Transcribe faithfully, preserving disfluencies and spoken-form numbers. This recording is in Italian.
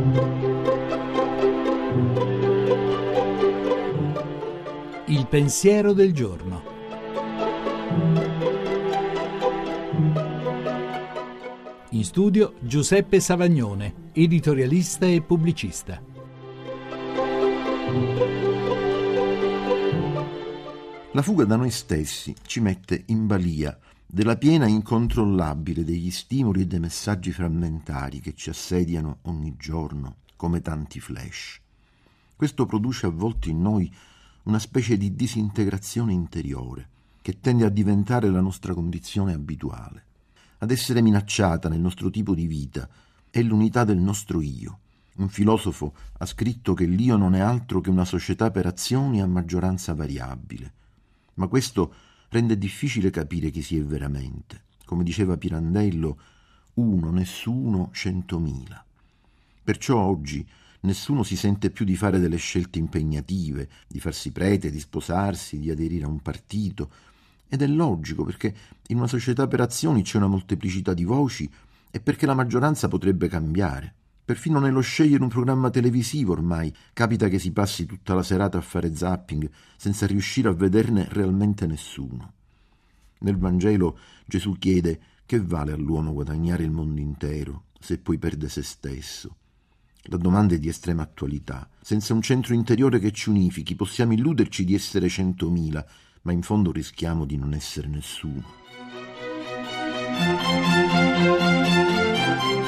Il pensiero del giorno. In studio Giuseppe Savagnone, editorialista e pubblicista. La fuga da noi stessi ci mette in balia della piena incontrollabile degli stimoli e dei messaggi frammentari che ci assediano ogni giorno come tanti flash. Questo produce a volte in noi una specie di disintegrazione interiore che tende a diventare la nostra condizione abituale. Ad essere minacciata nel nostro tipo di vita è l'unità del nostro io. Un filosofo ha scritto che l'io non è altro che una società per azioni a maggioranza variabile. Ma questo rende difficile capire chi si è veramente. Come diceva Pirandello, uno, nessuno, centomila. Perciò oggi nessuno si sente più di fare delle scelte impegnative, di farsi prete, di sposarsi, di aderire a un partito. Ed è logico, perché in una società per azioni c'è una molteplicità di voci e perché la maggioranza potrebbe cambiare. Perfino nello scegliere un programma televisivo ormai capita che si passi tutta la serata a fare zapping senza riuscire a vederne realmente nessuno. Nel Vangelo Gesù chiede: che vale all'uomo guadagnare il mondo intero se poi perde se stesso? La domanda è di estrema attualità. Senza un centro interiore che ci unifichi possiamo illuderci di essere centomila, ma in fondo rischiamo di non essere nessuno.